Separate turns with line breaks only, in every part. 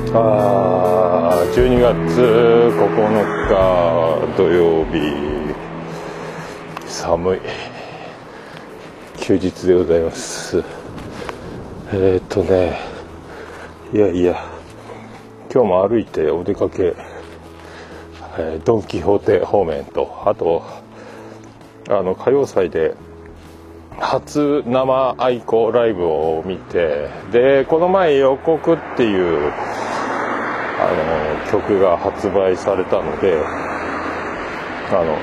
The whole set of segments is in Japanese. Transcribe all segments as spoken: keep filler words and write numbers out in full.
あーじゅうにがつここのか土曜日、寒い休日でございます。えーっとねいやいや今日も歩いてお出かけ、えー、ドン・キホーテ方面と、あとあの歌謡祭で初生愛子ライブを見て、でこの前予告っていうあの曲が発売されたので、あの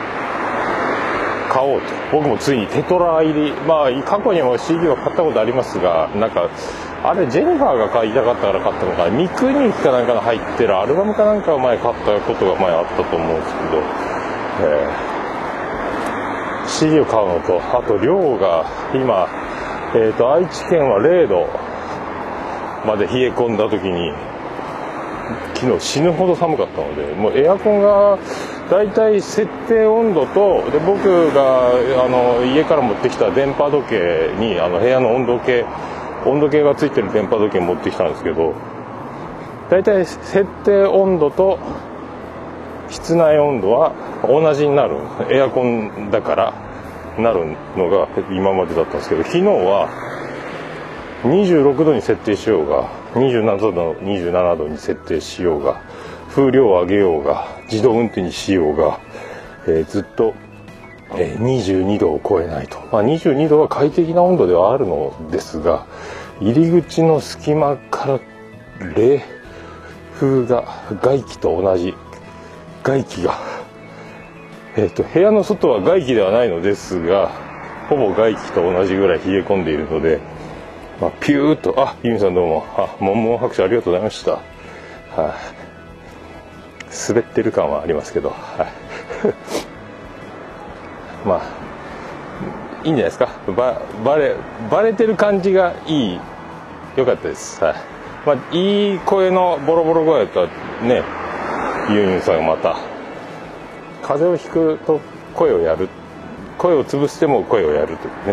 買おうと。僕もついにテトラ入り、まあ過去にも シーディー は買ったことありますが、なんかあれジェニファーが買いたかったから買ったのか、ミクニかなんかの入ってるアルバムかなんかを前買ったことが前あったと思うんですけど、えー、シーディー を買うのと、あと量が今、えーと愛知県はれいどまで冷え込んだ時に、昨日死ぬほど寒かったので、もうエアコンがだいたい設定温度と、で僕があの家から持ってきた電波時計にあの部屋の温度計温度計がついてる電波時計持ってきたんですけど、だいたい設定温度と室内温度は同じになる、エアコンだからなるのが今までだったんですけど、昨日はにじゅうろくどに設定しようがにじゅうななどにじゅうななどに設定しようが、風量を上げようが自動運転にしようが、えー、ずっと、えー、にじゅうにどを超えないと、まあ、にじゅうにどは快適な温度ではあるのですが、入り口の隙間から冷風が外気と同じ、外気が、えーと、部屋の外は外気ではないのですが、ほぼ外気と同じぐらい冷え込んでいるので、まあ、ピューッと、あ、ユミさんどうも、あ、モンモン拍手ありがとうございました。はい、あ、滑ってる感はありますけど、はい、まあいいんじゃないですか。ばバレバレてる感じがいい、良かったです。はい、まあ、いい声のボロボロ声だったらね、ユミさんがまた風邪をひくと声をやる、声を潰しても声をやるというね。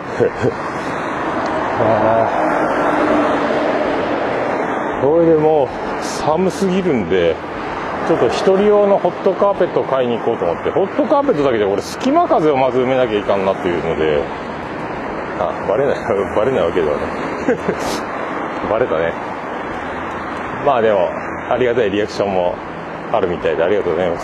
これでもう寒すぎるんで、ちょっと一人用のホットカーペットを買いに行こうと思って、ホットカーペットだけで俺隙間風をまず埋めなきゃいかんなというので、あ、バレないバレないわけではないバレたね。まあでもありがたいリアクションもあるみたいでありがとうございます。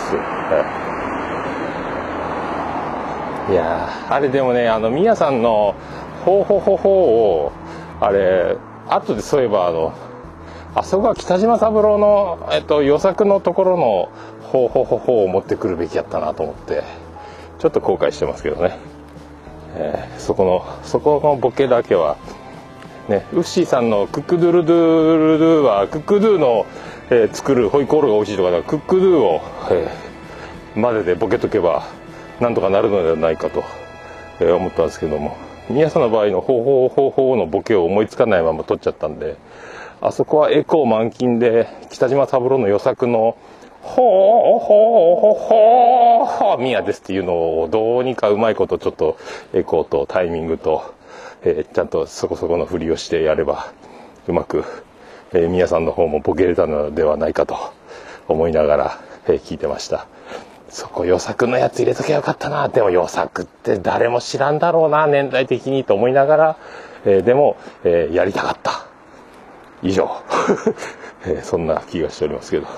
いやあれでもね、あのミヤさんのほうほほほをあれ後でそういえばあのあそこは北島三郎の、えっと、予作のところのほうほほほを持ってくるべきやったなと思ってちょっと後悔してますけどね、えー、そこのそこのボケだけはね、ウッシーさんのクックドゥルドゥルドゥはクックドゥの、えー、作るホイコーローが美味しいとかだからクックドゥを、えー、混ぜてボケとけばなんとかなるのではないかと、えー、思ったんですけども、宮さんの場合のほうほうほうほうのボケを思いつかないまま取っちゃったんで、あそこはエコー満金で北島三郎の予作のほうほうほうほうほう宮ですっていうのをどうにかうまいことちょっとエコーとタイミングと、えー、ちゃんとそこそこの振りをしてやればうまく、えー、宮さんの方もボケれたのではないかと思いながら、えー、聞いてました。そこ予作のやつ入れときゃよかったな。でも予作って誰も知らんだろうな年代的にと思いながら、えー、でも、えー、やりたかった以上、えー、そんな気がしておりますけど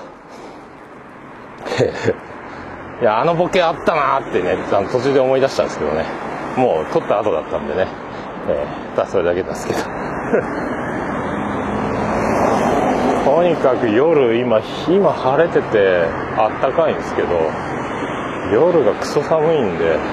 いやあのボケあったなってね、あの途中で思い出したんですけどね、もう撮った後だったんでね、えー、ただそれだけなんですけどとにかく夜今今晴れててあったかいんですけど、夜がクソ寒いんで、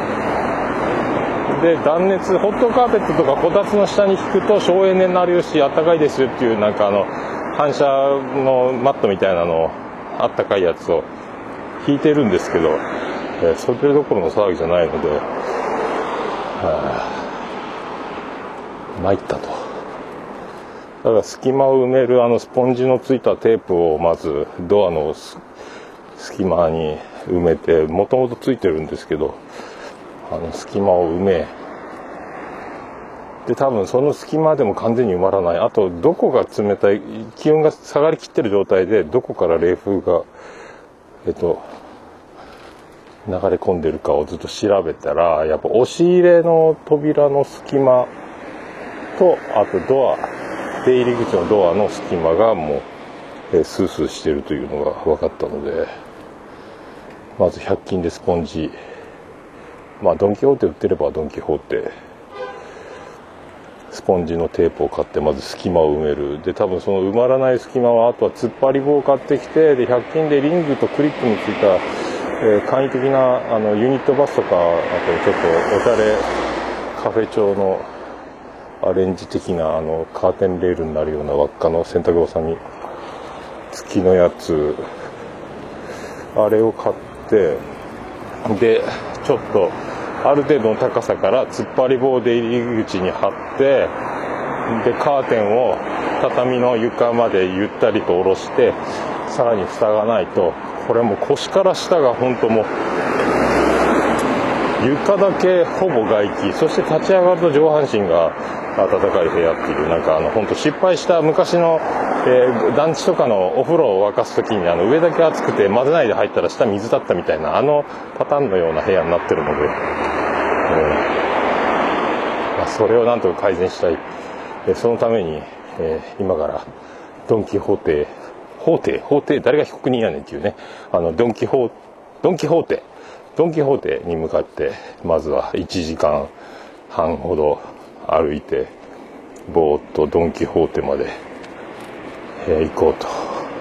で断熱ホットカーペットとかこたつの下に引くと省エネになるしあったかいですよっていう、なんかあの反射のマットみたいなのあったかいやつを引いてるんですけど、えー、それどころの騒ぎじゃないので、はあ、参ったと。だから隙間を埋めるあのスポンジのついたテープをまずドアの隙間に埋めて、もともとついてるんですけど、あの隙間を埋めで多分その隙間でも完全に埋まらない。あとどこが冷たい、気温が下がりきってる状態でどこから冷風がえっと流れ込んでるかをずっと調べたら、やっぱ押し入れの扉の隙間と、あとドア、出入り口のドアの隙間がもう、えー、スースーしてるというのが分かったので、まずひゃく均でスポンジ、まあドンキホーテ売ってればドンキホーテ、スポンジのテープを買ってまず隙間を埋める。で多分その埋まらない隙間はあとは突っ張り棒を買ってきて、でひゃく均でリングとクリップについた、えー、簡易的なあのユニットバスとか、あとちょっとおしゃれカフェ調のアレンジ的なあのカーテンレールになるような輪っかの洗濯ばさみ付きのやつ、あれを買って、でちょっとある程度の高さから突っ張り棒で入り口に貼って、でカーテンを畳の床までゆったりと下ろして、さらに蓋がないと、これもう腰から下が本当もう床だけほぼ外気、そして立ち上がると上半身が暖かい部屋っていう、なんかあの本当失敗した昔の、えー、団地とかのお風呂を沸かすときに、あの上だけ暑くて混ぜないで入ったら下水だったみたいな、あのパターンのような部屋になってるので、えーまあ、それをなんとか改善したい。えー、そのために、えー、今からドンキホーテ法廷法廷誰が被告人やねんっていうね、あのドンキホードンキホーテドンキホーテに向かって、まずはいちじかんはんほど歩いて、ぼーっとドンキホーテまで、えー、行こうと。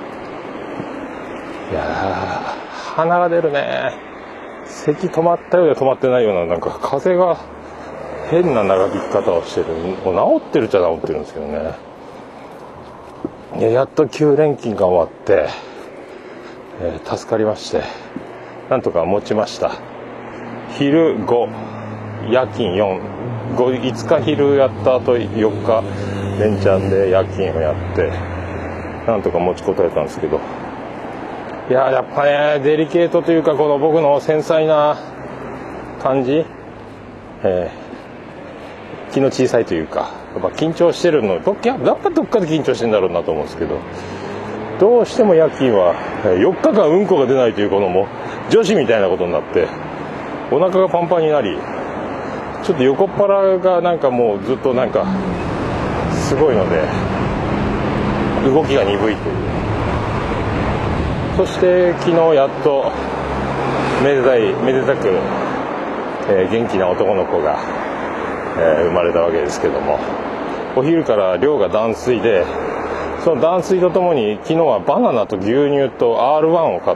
いやー、鼻が出るね。咳止まったようで止まってないような、なんか風が変な長引き方をしてる。もう治ってるっちゃ治ってるんですけどね。いや、やっときゅう連勤が終わって、えー、助かりまして、なんとか持ちました。昼ご、夜勤よん、ご、いつか昼やった後よっか連チャンで夜勤をやって、なんとか持ちこたえたんですけど、いややっぱね、デリケートというか、この僕の繊細な感じ、えー、気の小さいというか、やっぱ緊張してるの、やっぱどっかで緊張してんだろうなと思うんですけど、どうしても夜勤はよっかかんうんこが出ないという、このもう女子みたいなことになって、お腹がパンパンになり、ちょっと横っ腹がなんかもうずっとなんかすごいので、動きが鈍いという。そして昨日やっとめでたいめでたく、えー、元気な男の子が、えー、生まれたわけですけども、お昼から量が断水で、その断水とともに昨日はバナナと牛乳と アールワン を買って、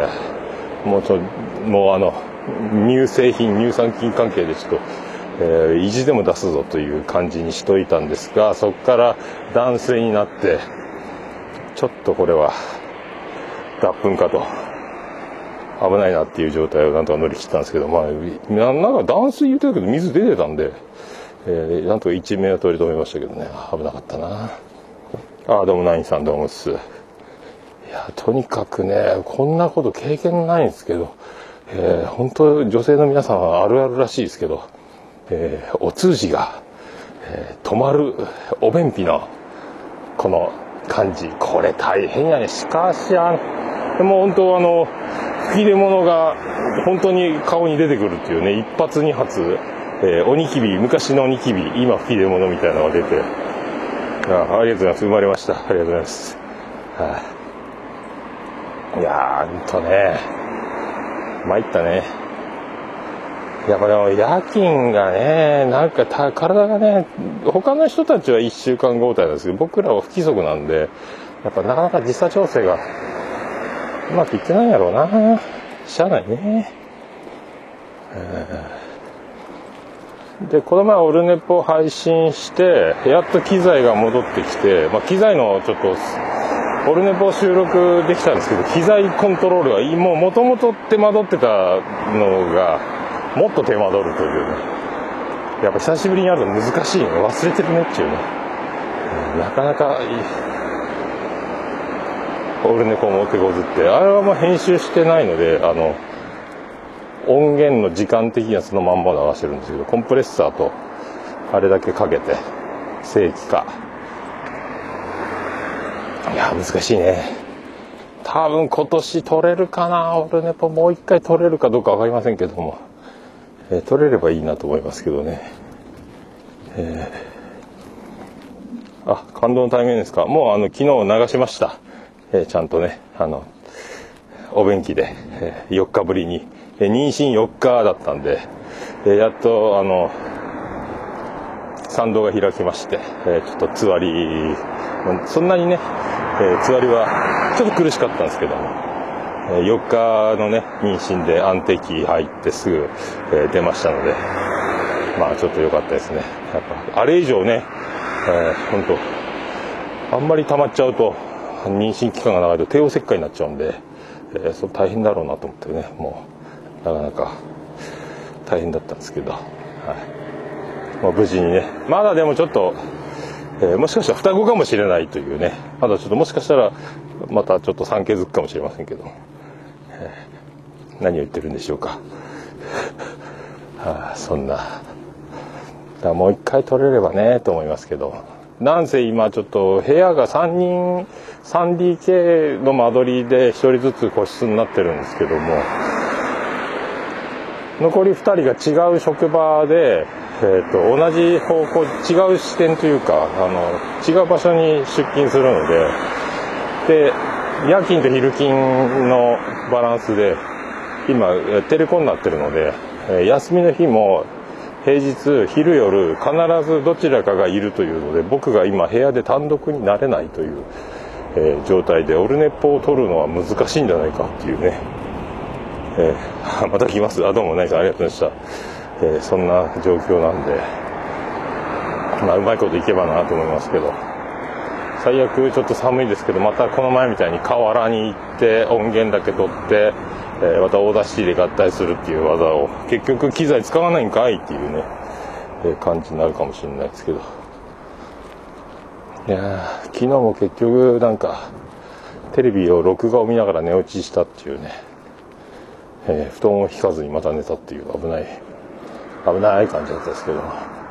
もうちょもうあの乳製品乳酸菌関係でちょっと、えー、意地でも出すぞという感じにしといたんですが、そこから断水になって、ちょっとこれは脱粉かと危ないなっていう状態をなんとか乗り切ったんですけど、まあなんか断水言ってたけど水出てたんで、えー、なんとか一命は取り留めましたけどね、危なかったな。あ、どうもナインさん、どうもっす。いや、とにかくね、こんなこと経験ないんですけど、えー、本当女性の皆さんはあるあるらしいですけど、えー、お通じが、えー、止まるお便秘のこの感じ、これ大変やね。しかし、あのでも本当あの吹き出物が本当に顔に出てくるっていうね、一発二発、えー、おにきび、昔のおにきび、今吹き出物みたいなのが出て、あ, ありがとうございます。生まれました。ありがとうございます。はあ、いやー、ほんとね、参ったね。やっぱでも夜勤がね、なんかた体がね、他の人たちはいっしゅうかん交代なんですけど、僕らは不規則なんで、やっぱなかなか時差調整がうまくいってないんやろうな。しゃあないね。で、この前オルネポを配信して、やっと機材が戻ってきて、まあ、機材のちょっと、オルネポ収録できたんですけど、機材コントロールが、もう元々手間取ってたのが、もっと手間取るというね。やっぱ久しぶりにやると難しいね。忘れてるねっていうね。なかなかいい。オルネポ持ってこずって、あれはもう編集してないので、あの、音源の時間的にはそのまんま流してるんですけど、コンプレッサーとあれだけかけて正規か。いや難しいね。多分今年取れるかな。オルネポもう一回取れるかどうか分かりませんけども、えー、取れればいいなと思いますけどね。えー、あ、感動の対面ですか。もうあの昨日流しました。えー、ちゃんとね、あのお便器で、えー、よっかぶりに、えー、妊娠よっかだったんで、えー、やっとあの参道が開きまして、えー、ちょっとつわりそんなにね、えー、つわりはちょっと苦しかったんですけども、えー、よっかのね妊娠で安定期入ってすぐ、えー、出ましたので、まあちょっと良かったですね。やっぱあれ以上ね、えー、本当あんまり溜まっちゃうと妊娠期間が長いと帝王切開になっちゃうんで、えー、それ大変だろうなと思ってね、もうなかなか大変だったんですけど、はい、まあ、無事にね、まだでもちょっと、えー、もしかしたら双子かもしれないというね、まだちょっともしかしたらまたちょっと産気づくかもしれませんけど、えー、何を言ってるんでしょうか。はあ、そんなだからもう一回取れればねと思いますけど、なんせ今ちょっと部屋がさんにん スリーディーケー の間取りでひとりずつ個室になってるんですけども、残りふたりが違う職場で、えー、と同じ方向違う視点というか、あの違う場所に出勤するので、で夜勤と昼勤のバランスで今テレコになってるので、休みの日も平日昼夜必ずどちらかがいるというので、僕が今部屋で単独になれないという、えー、状態でオルネポを取るのは難しいんじゃないかっていうね、えー、また来ます。あ、どうもナイさんありがとうございました。えー、そんな状況なんで、まあ、うまいこといけばなと思いますけど、最悪ちょっと寒いですけど、またこの前みたいに河原に行って音源だけ取って、えー、またオーダーシティで合体するっていう技を、結局機材使わないんかいっていうね、えー、感じになるかもしれないですけど、いや昨日も結局なんかテレビを録画を見ながら寝落ちしたっていうね、えー、布団を引かずにまた寝たっていう危ない危ない感じだったんですけど、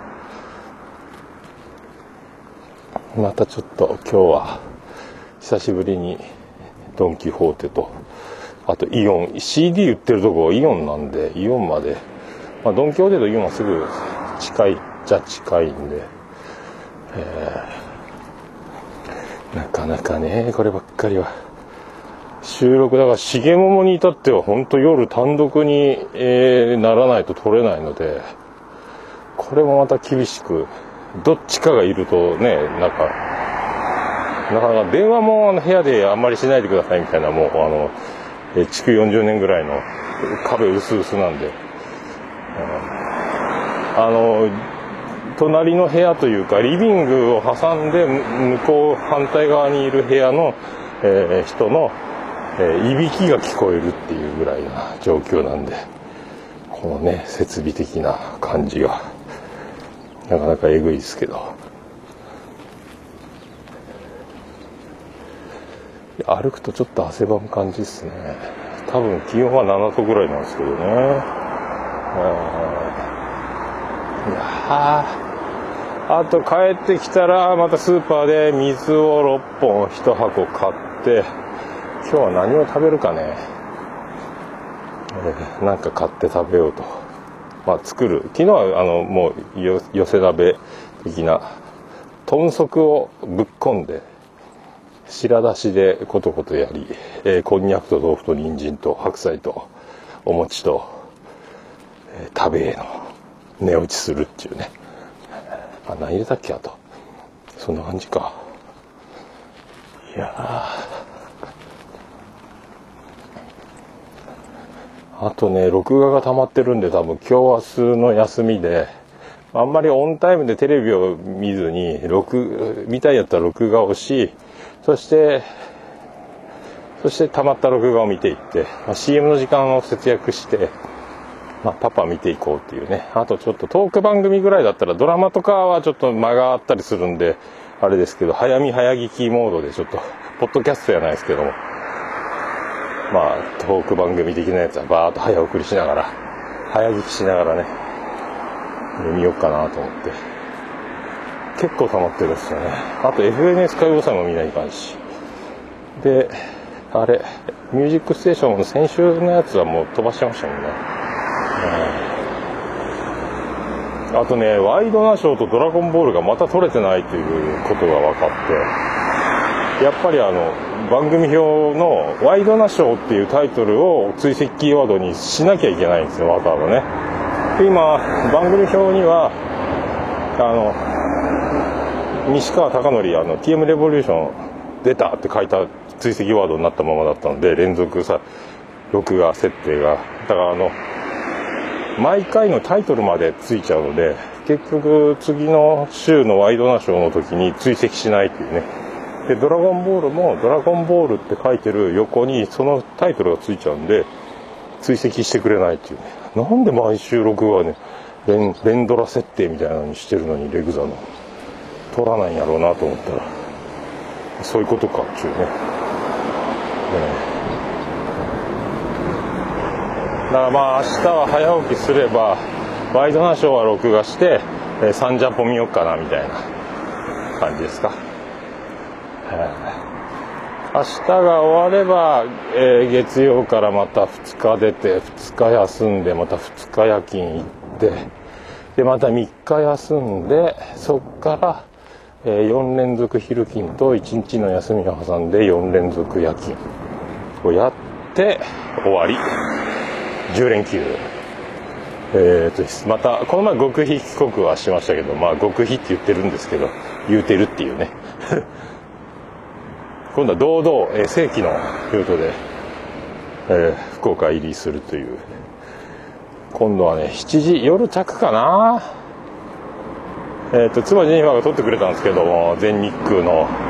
またちょっと今日は久しぶりにドン・キホーテと、あとイオン シーディー 売ってるとこイオンなんで、イオンまで、まあ、ドン・キホーテとイオンはすぐ近いっちゃ近いんで、えー、なかなかねこればっかりは収録だから、重桃に至っては本当夜単独に、えー、ならないと撮れないので、これもまた厳しく、どっちかがいるとね、なんかなかなか電話もあの部屋であんまりしないでくださいみたいな、もうあのえ築よんじゅうねんぐらいの壁薄々なんで、あの隣の部屋というかリビングを挟んで向こう反対側にいる部屋の、えー、人の、えー、いびきが聞こえるっていうぐらいな状況なんで、このね設備的な感じがなかなかえぐいですけど、歩くとちょっと汗ばむ感じですね。多分気温はななどぐらいなんですけどね。いやあと帰ってきたらまたスーパーで水をろっぽんいちはこ買って、今日は何を食べるかね、えー、なんか買って食べようと、まあ作る、昨日はあのもうよ寄せ鍋的な豚足をぶっこんで白だしでコトコトやり、えー、こんにゃくと豆腐と人参と白菜とお餅と、えー、食べへの寝落ちするっていうね。あ、何入れたっけ、あとそんな感じか。いやあとね録画が溜まってるんで、多分今日明日の休みであんまりオンタイムでテレビを見ずに録見たいやったら録画をし、そしてそして溜まった録画を見ていって、まあ、シーエム の時間を節約して、まあ、パパ見ていこうっていうね。あとちょっとトーク番組ぐらいだったら、ドラマとかはちょっと間があったりするんであれですけど、早見早聞きモードでちょっとポッドキャストじゃないですけども、まあトーク番組的なやつはバーッと早送りしながら早聞きしながらね見ようかなと思って、 結構溜まってるんですよね。あと エフエヌエス 歌謡祭も見ないかんし。で、あれ、ミュージックステーションの先週のやつはもう飛ばしてましたもんね。うん、あとね、ワイドナショーとドラゴンボールがまた撮れてないということが分かって、やっぱりあの、番組表のワイドナショーっていうタイトルを追跡キーワードにしなきゃいけないんですよ、わざわざね。で今、番組表には、あの、西川貴教、あの、ティーエム レボリューション出たって書いた追跡ワードになったままだったので、連続さ、録画設定が。だからあの、毎回のタイトルまでついちゃうので、結局次の週のワイドナショーの時に追跡しないっていうね。で、ドラゴンボールもドラゴンボールって書いてる横にそのタイトルがついちゃうんで、追跡してくれないっていうね。なんで毎週録画ね、連、連ドラ設定みたいなのにしてるのにレグザの撮らないんやろうなと思ったら、そういうことかっていうね。ね、だからまあ明日は早起きすればワイドナショーは録画して、えー、サンジャポ見よっかなみたいな感じですか。明日が終われば、えー、月曜からまたふつか出てふつか休んでまたふつか夜勤行ってでまたみっか休んでそっから、えー、よん連続昼勤といちにちの休みを挟んでよん連続夜勤をやって終わりじゅう連休。えー、とまたこの前極秘帰国はしましたけど、まあ極秘って言ってるんですけど言うてるっていうね今度は堂々、えー、正規のルートで、えー、福岡入りするという。今度はねしちじ夜着かな。えっ、ー、と妻ジェニファーが撮ってくれたんですけども、全日空のなんか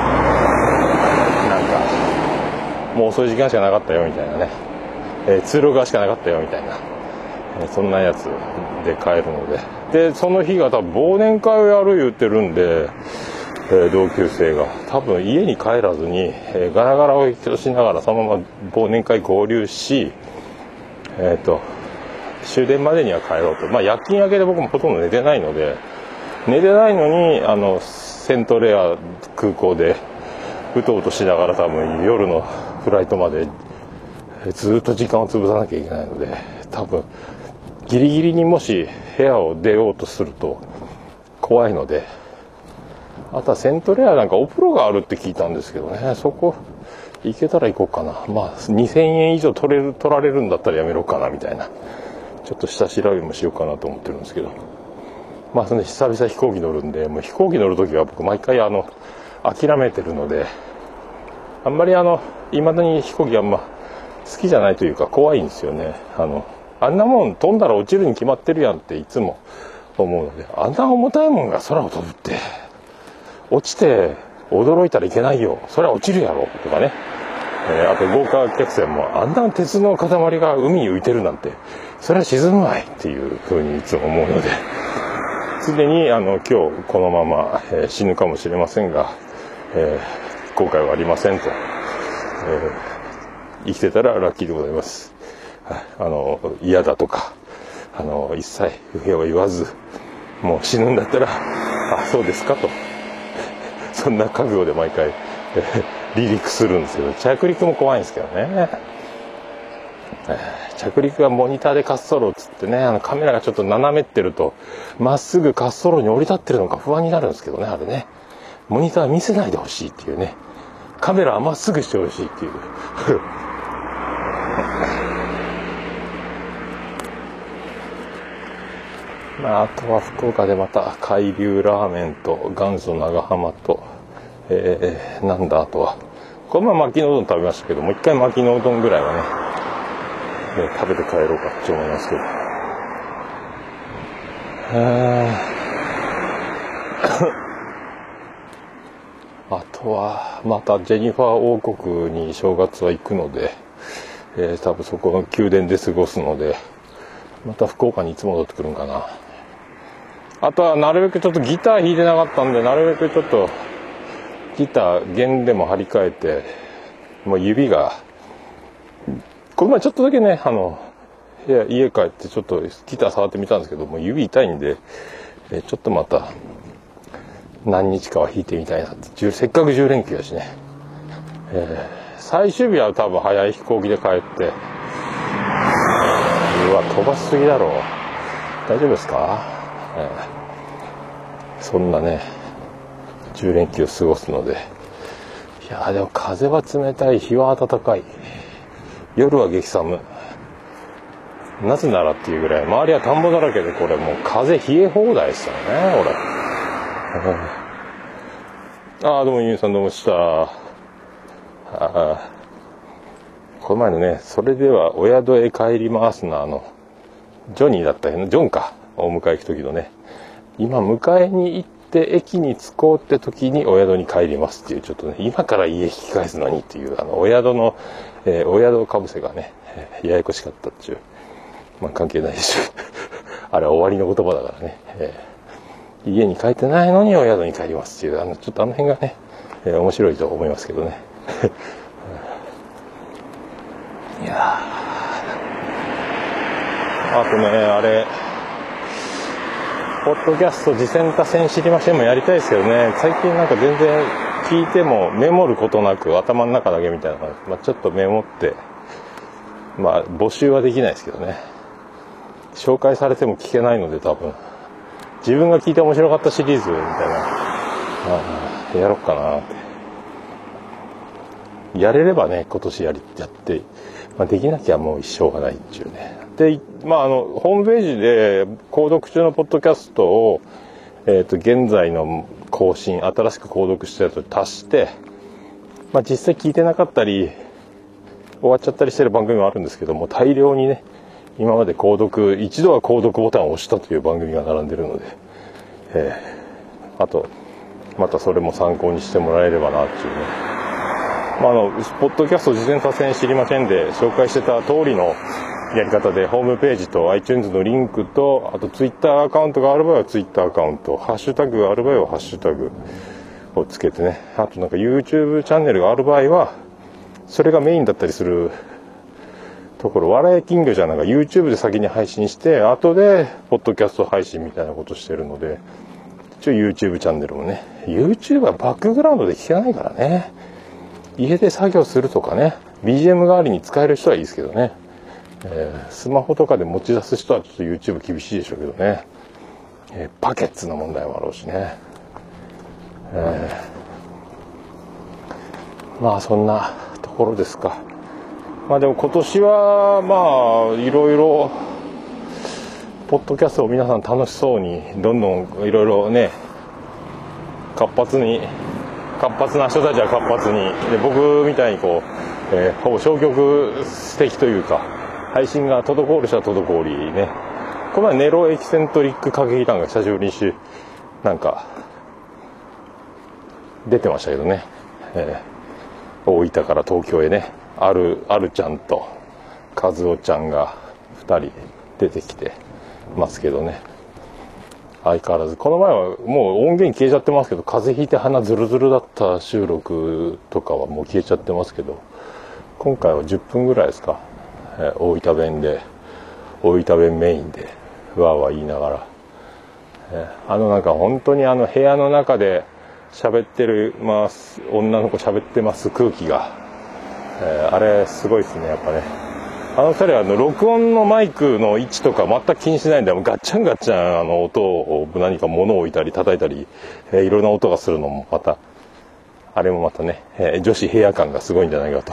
もう遅い時間しかなかったよみたいなね、えー、通路側しかなかったよみたいな、えー、そんなやつで帰るので、でその日が多分忘年会をやる言ってるんで、えー、同級生が多分家に帰らずに、えー、ガラガラをしながらそのまま忘年会合流し、えっ、ー、と終電までには帰ろうと。まあ夜勤明けで僕もほとんど寝てないので、寝てないのにあのセントレア空港でうとうとしながら多分夜のフライトまでずっと時間を潰さなきゃいけないので、多分ギリギリにもし部屋を出ようとすると怖いので、あとはセントレアなんかお風呂があるって聞いたんですけどね、そこ行けたら行こうかな。まあにせんえん以上取れる取られるんだったらやめろかなみたいな、ちょっと下調べもしようかなと思ってるんですけど、まあその久々飛行機乗るんで、もう飛行機乗るときは僕毎回あの諦めてるので、あんまりあの未だに飛行機あんま好きじゃないというか怖いんですよね。あのあんなもん飛んだら落ちるに決まってるやんっていつも思うので、あんな重たいもんが空を飛ぶって落ちて驚いたらいけないよ、それは落ちるやろとかね、えー、あと豪華客船もあんな鉄の塊が海に浮いてるなんてそれは沈むわいっていう風にいつも思うので、すでにあの今日このまま、えー、死ぬかもしれませんが、えー、後悔はありませんと、えー、生きてたらラッキーでございます。はい、あの嫌だとかあの一切不平を言わず、もう死ぬんだったらあそうですかとそんな覚悟で毎回、えー、離陸するんですけど、着陸も怖いんですけどね、えー、着陸がモニターで滑走路っつってね、あのカメラがちょっと斜めってるとまっすぐ滑走路に降り立ってるのか不安になるんですけどね、あれね、モニター見せないでほしいっていうね、カメラはまっすぐしてほしいっていうまあ、あとは福岡でまた海流ラーメンと元祖長浜と、えー、なんだあとはこの前巻きのうどん食べましたけど、もう一回巻きのうどんぐらいはね、ね食べて帰ろうかって思いますけど、あとはまたジェニファー王国に正月は行くので、えー、多分そこの宮殿で過ごすので、また福岡にいつ戻ってくるんかな。あとはなるべくちょっとギター弾いてなかったんで、なるべくちょっとギター弦でも張り替えて、もう指がこの前ちょっとだけね、あの家帰ってちょっとギター触ってみたんですけど、もう指痛いんで、えちょっとまた何日かは引いてみたいなって。せっかくじゅう連休だしね、えー、最終日は多分早い飛行機で帰って、うわ飛ばしすぎだろう、大丈夫ですか、えー、そんなねじゅう連休を過ごすので、いやでも風は冷たい、日は暖かい、夜は激寒、なぜならっていうぐらい周りは田んぼだらけで、これもう風冷え放題ですよね俺。ああどうもゆうさんどうもした。あこの前のね、それではお宿へ帰りますのあのジョニーだったよね、ジョンか、お迎え行く時のね、今迎えに行って駅に着こうって時にお宿に帰りますっていう、ちょっとね今から家引き返すのにっていう、あのお宿の、えー、お宿かぶせがね、えー、ややこしかったっていう、まあ関係ないでしょあれは終わりの言葉だからね、えー、家に帰ってないのにお宿に帰りますっていう、あのちょっとあの辺がね、えー、面白いと思いますけどねいやあとね、あれポッドキャスト次戦多戦知りませんもやりたいですけどね、最近なんか全然聞いてもメモることなく頭の中だけみたいな感じ、まあ、ちょっとメモってまあ募集はできないですけどね、紹介されても聞けないので、多分自分が聞いて面白かったシリーズみたいな、あやろっかなって、やれればね今年やりやって、まあ、できなきゃもう一生がないっていうね。で、まああのホームページで購読中のポッドキャストを、えー、と現在の更新、新しく購読したやつを足して、まあ、実際聞いてなかったり終わっちゃったりしてる番組もあるんですけども、大量にね今まで購読、一度は購読ボタンを押したという番組が並んでるので、えー、あとまたそれも参考にしてもらえればなっていうね。まあ、あのポッドキャスト事前多戦知りませんで紹介してた通りのやり方で、ホームページと iTunes のリンクと、あと Twitter アカウントがある場合は Twitter アカウント、ハッシュタグがある場合はハッシュタグをつけてね、あとなんか YouTube チャンネルがある場合はそれがメインだったりするところ、笑い金魚じゃなんか YouTube で先に配信して後でポッドキャスト配信みたいなことしてるので、一応 YouTube チャンネルもね、 YouTube はバックグラウンドで聞けないからね、家で作業するとかね ビージーエム 代わりに使える人はいいですけどね、えー、スマホとかで持ち出す人はちょっと YouTube 厳しいでしょうけどね、えー、パケッツの問題もあろうしね、えー、まあそんなところですか。まあでも今年はまあいろいろポッドキャストを皆さん楽しそうにどんどんいろいろね活発に活発な人たちは活発にで、僕みたいにこう、えー、ほぼ消極的というか配信が滞る人は滞りね、この前ネロエキセントリック歌劇団が久しぶりにしなんか出てましたけどね、えー、大分から東京へね、あるあるちゃんと和夫ちゃんがふたり出てきてますけどね、相変わらずこの前はもう音源消えちゃってますけど、風邪ひいて鼻ズルズルだった収録とかはもう消えちゃってますけど、今回はじゅっぷんぐらいですか、えー、大分弁で大分弁メインでわーわー言いながら、えー、あのなんか本当にあの部屋の中で喋ってる、まあ、女の子喋ってます空気が、えー、あれすごいですねやっぱね。あのふたりはあの録音のマイクの位置とか全く気にしないんで、ガッチャンガッチャンあの音を何か物を置いたり叩いたり、えー、いろんな音がするのもまたあれもまたね、えー、女子部屋感がすごいんじゃないかと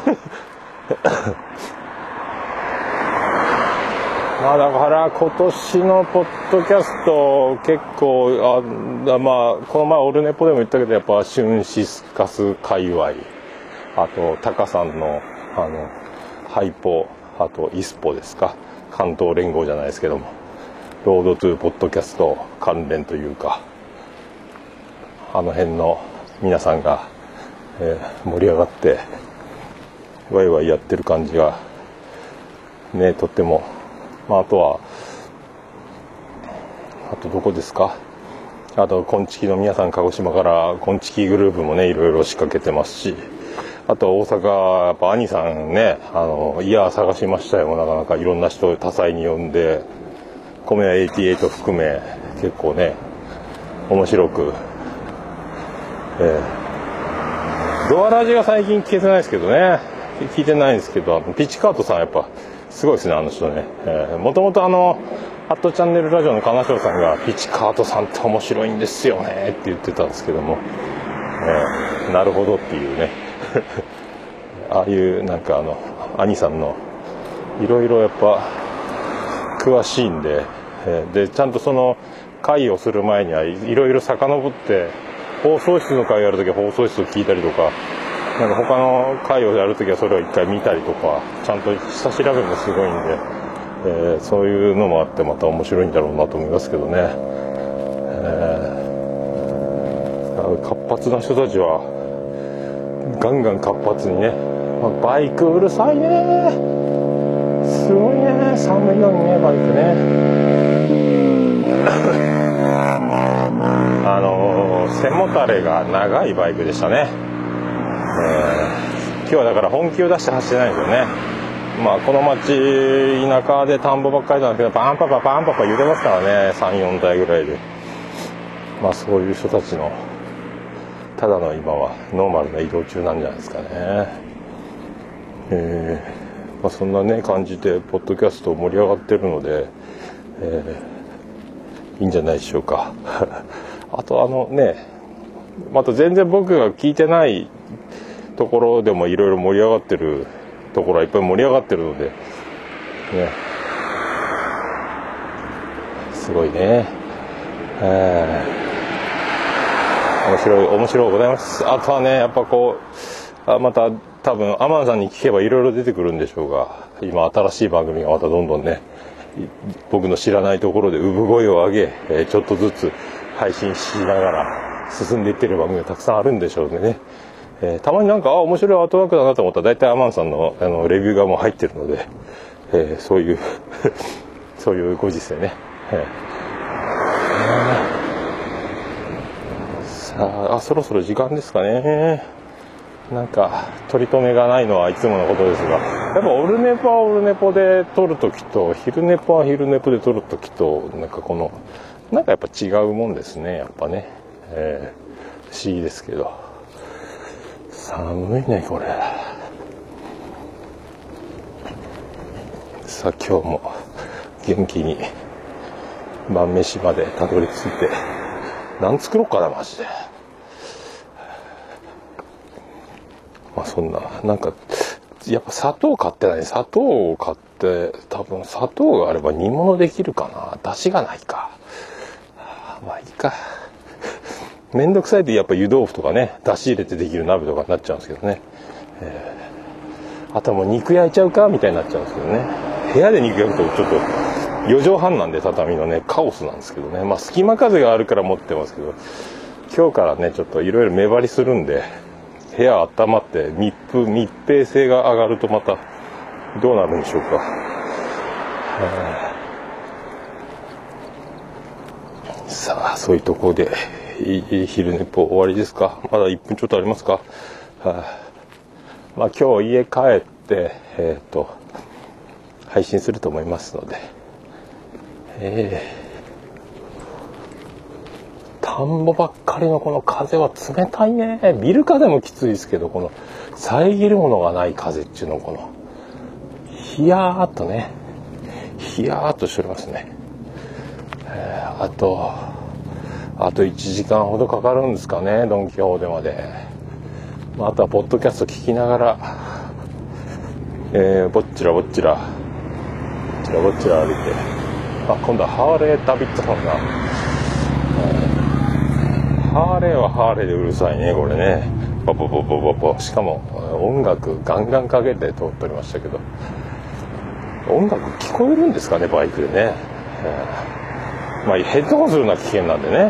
まあだから今年のポッドキャスト結構あまあこの前オルネポでも言ったけど、やっぱシュンシスカス界隈、あとタカさんのあのハイポ、あとイスポですか、関東連合じゃないですけども、ロードトゥーポッドキャスト関連というか、あの辺の皆さんが、えー、盛り上がってワイワイやってる感じがね、とっても、まあ、あとはあとどこですか、あとこんちきの皆さん、鹿児島からこんちきグループもねいろいろ仕掛けてますし、あと大阪やっぱ兄さんね、あのいや探しましたよ、なかなかいろんな人を多彩に呼んで、米屋はちじゅうはち含め結構ね面白くえー、ドアラジが最近聞けてないですけどね、聞いてないんですけど、ピッチカートさんやっぱすごいですね、あの人ね。もともとあのハットチャンネルラジオの金賞さんがピッチカートさんって面白いんですよねって言ってたんですけども、えー、なるほどっていうねああいうなんかあの兄さんのいろいろやっぱ詳しいんで、えー、でちゃんとその会をする前にはいろいろ遡って放送室の会をやるときは放送室を聞いたりとか、なんか他の会をやるときはそれを一回見たりとか、ちゃんと下調べもすごいんで、えー、そういうのもあってまた面白いんだろうなと思いますけどね。えー、活発な人たちはガンガン活発にね、バイクうるさいね、すごいね、寒いのにねバイクねあのー、背もたれが長いバイクでしたね。えー、今日はだから本気を出して走ってないんですよね。まあこの町田舎で田んぼばっかりなんだけど、パンパパパンパパ言うてますからね、さん、よんだいぐらいで。まあそういう人たちのただの今はノーマルな移動中なんじゃないですかね。えーまあ、そんなね感じでポッドキャスト盛り上がってるので、えー、いいんじゃないでしょうかあとあのね、また全然僕が聞いてないところでもいろいろ盛り上がってるところはいっぱい盛り上がってるので、ね、すごいね、えー、面白い面白いございます。あとはねやっぱこうあまた多分アマンさんに聞けばいろいろ出てくるんでしょうが、今新しい番組がまたどんどんね僕の知らないところで産声を上げ、えー、ちょっとずつ配信しながら進んでいってる番組がたくさんあるんでしょうね。えー、たまになんかあ面白いアートワークだなと思ったら大体アマンさん の, あのレビューがもう入ってるので、えー、そういうそういうご時世ね、えー、さあ、あそろそろ時間ですかね。なんか取り留めがないのはいつものことですが、やっぱオルネポはオルネポで撮るときと昼ネポは昼ネポで撮るときとなんかこのなんかやっぱ違うもんですね、やっぱね、えー、不思議ですけど。寒いねこれ。さあ今日も元気に晩飯までたどり着いて、何作ろうかなマジで。まあそんななんかやっぱ砂糖買ってない。砂糖を買って多分砂糖があれば煮物できるかな。出汁がないか。まあいいか。めんどくさいとやっぱ湯豆腐とかね出汁入れてできる鍋とかになっちゃうんですけどね、えー、あとはもう肉焼いちゃうかみたいになっちゃうんですけどね。部屋で肉焼くとちょっとよ畳半なんで畳のねカオスなんですけどね。まあ隙間風があるから持ってますけど、今日からねちょっといろいろ目張りするんで部屋温まって密封密閉性が上がるとまたどうなるんでしょうか。さあそういうところで昼寝ぽ終わりですか。まだいっぷんちょっとありますか。はあ、まあ今日家帰ってえっと配信すると思いますので、えー、田んぼばっかりのこの風は冷たいね。ビル風もきついですけど、この遮るものがない風っていうのこのヒヤーっとねヒヤーっとしておりますね。えー、あとあといちじかんほどかかるんですかね、ドンキホーテまで。まあ、あとはポッドキャスト聞きながら、えー、ぼっちらぼっちらぼっちらぼっちら歩いて、あ今度はハーレーダビッドソンが、えー、ハーレーはハーレーでうるさいねこれね。ポポポポポポ、しかも音楽ガンガンかけて通っておりましたけど、音楽聞こえるんですかねバイクでね、えー、まあヘッドホンするのは危険なんでね。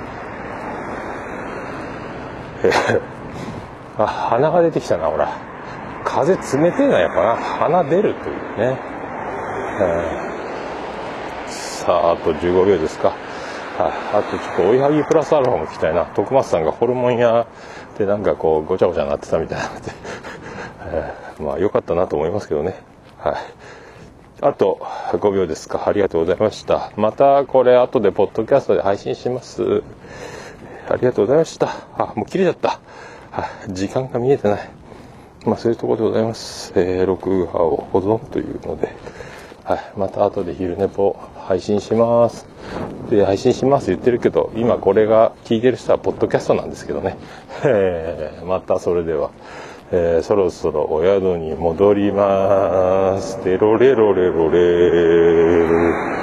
あ、鼻が出てきたなほら。風冷てえなやっぱな。鼻出るというね、えー、さああとじゅうごびょうですか。あ, あとちょっと追いはぎプラスアルファも聞きたいな。徳松さんがホルモン屋でなんかこうごちゃごちゃなってたみたいなので、えー、まあ良かったなと思いますけどね。はい、あとごびょうですか。ありがとうございました。またこれ後でポッドキャストで配信します。 ありがとうございました。あ、もう切れちゃった。あ、時間が見えてない。まあそういうところでございます。えー、録画を保存というので、はい、また後で昼寝ぽ配信します。で、配信します言ってるけど、今これが聞いてる人はポッドキャストなんですけどね。えー、またそれでは、えー、そろそろお宿に戻ります。テロレロレロレー。